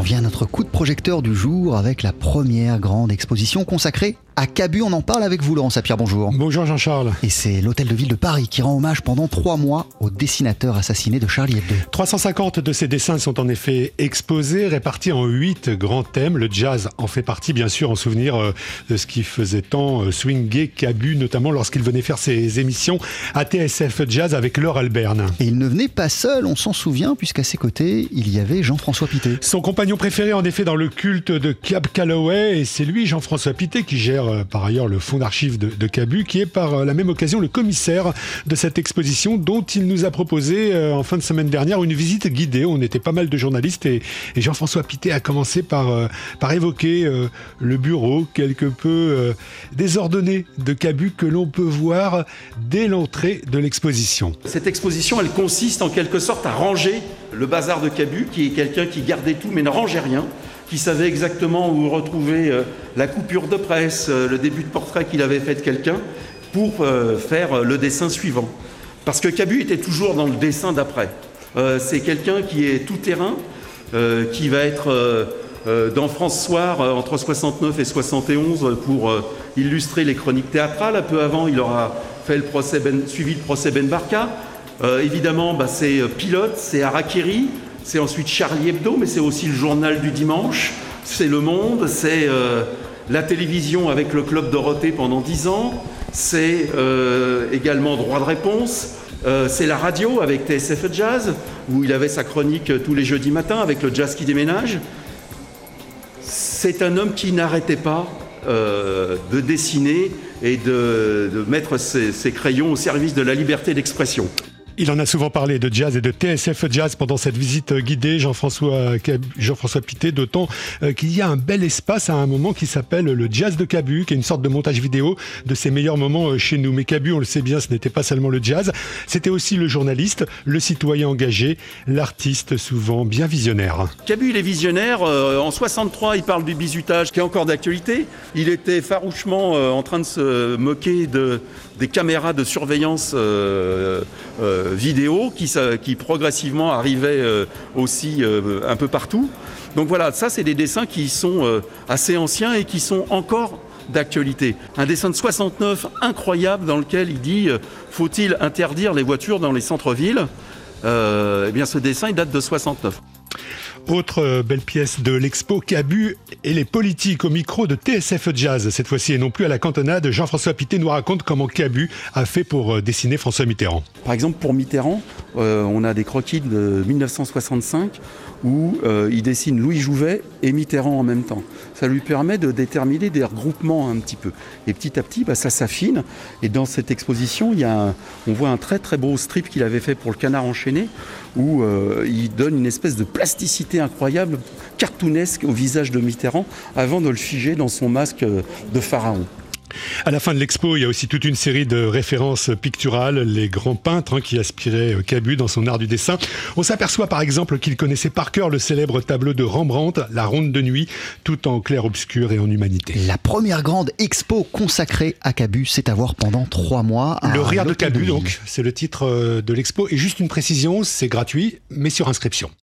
vient notre coup de projecteur du jour avec la première grande exposition consacrée à Cabu. On en parle avec vous, Laurent Sapir, bonjour. Bonjour Jean-Charles. Et c'est l'Hôtel de Ville de Paris qui rend hommage pendant 3 mois au dessinateur assassiné de Charlie Hebdo. 350 de ses dessins sont en effet exposés, répartis en 8 grands thèmes. Le jazz en fait partie, bien sûr, en souvenir de ce qui faisait tant swinguer Cabu, notamment lorsqu'il venait faire ses émissions à TSF Jazz avec Laure Alberne. Et il ne venait pas seul, on s'en souvient, puisqu'à ses côtés, il y avait Jean-François Pittet. Son compagnon préféré, en effet, dans le culte de Cab Calloway, et c'est lui, Jean-François Pittet, qui gère par ailleurs le fonds d'archives de Cabu, qui est par la même occasion le commissaire de cette exposition dont il nous a proposé en fin de semaine dernière une visite guidée. On était pas mal de journalistes et Jean-François Pittet a commencé par évoquer le bureau quelque peu désordonné de Cabu que l'on peut voir dès l'entrée de l'exposition. Cette exposition, elle consiste en quelque sorte à ranger le bazar de Cabu, qui est quelqu'un qui gardait tout mais ne rangeait rien, qui savait exactement où retrouver la coupure de presse, le début de portrait qu'il avait fait de quelqu'un pour faire le dessin suivant. Parce que Cabu était toujours dans le dessin d'après. C'est quelqu'un qui est tout-terrain, qui va être dans France Soir entre 69 et 71 pour illustrer les chroniques théâtrales. Un peu avant, il aura fait suivi le procès Ben Barka. Évidemment, c'est Pilote, c'est Harakiri. C'est ensuite Charlie Hebdo, mais c'est aussi le journal du dimanche, c'est Le Monde, c'est la télévision avec le Club Dorothée pendant 10 ans, c'est également Droit de réponse, c'est la radio avec TSF Jazz, où il avait sa chronique tous les jeudis matins avec le jazz qui déménage. C'est un homme qui n'arrêtait pas de dessiner et de mettre ses crayons au service de la liberté d'expression. Il en a souvent parlé de jazz et de TSF Jazz pendant cette visite guidée, Jean-François Pittet, d'autant qu'il y a un bel espace à un moment qui s'appelle le Jazz de Cabu, qui est une sorte de montage vidéo de ses meilleurs moments chez nous. Mais Cabu, on le sait bien, ce n'était pas seulement le jazz, c'était aussi le journaliste, le citoyen engagé, l'artiste souvent bien visionnaire. Cabu, il est visionnaire. En 63, il parle du bizutage qui est encore d'actualité. Il était farouchement en train de se moquer des caméras de surveillance vidéo qui progressivement arrivaient aussi un peu partout. Donc voilà, ça c'est des dessins qui sont assez anciens et qui sont encore d'actualité. Un dessin de 69 incroyable dans lequel il dit faut-il interdire les voitures dans les centres-villes ? Eh bien ce dessin il date de 69. Autre belle pièce de l'expo, Cabu et les politiques au micro de TSF Jazz. Cette fois-ci et non plus à la cantonade, Jean-François Pittet nous raconte comment Cabu a fait pour dessiner François Mitterrand. Par exemple, pour Mitterrand, on a des croquis de 1965 où il dessine Louis Jouvet et Mitterrand en même temps. Ça lui permet de déterminer des regroupements un petit peu. Et petit à petit, ça s'affine. Et dans cette exposition, on voit un très très beau strip qu'il avait fait pour le Canard enchaîné où il donne une espèce de plasticité incroyable, cartoonesque au visage de Mitterrand avant de le figer dans son masque de pharaon. À la fin de l'expo, il y a aussi toute une série de références picturales, les grands peintres qui aspiraient Cabu dans son art du dessin. On s'aperçoit par exemple qu'il connaissait par cœur le célèbre tableau de Rembrandt, La Ronde de nuit, tout en clair-obscur et en humanité. La première grande expo consacrée à Cabu, c'est à voir pendant 3 mois. Le Rire de Cabu, donc, c'est le titre de l'expo. Et juste une précision, c'est gratuit, mais sur inscription.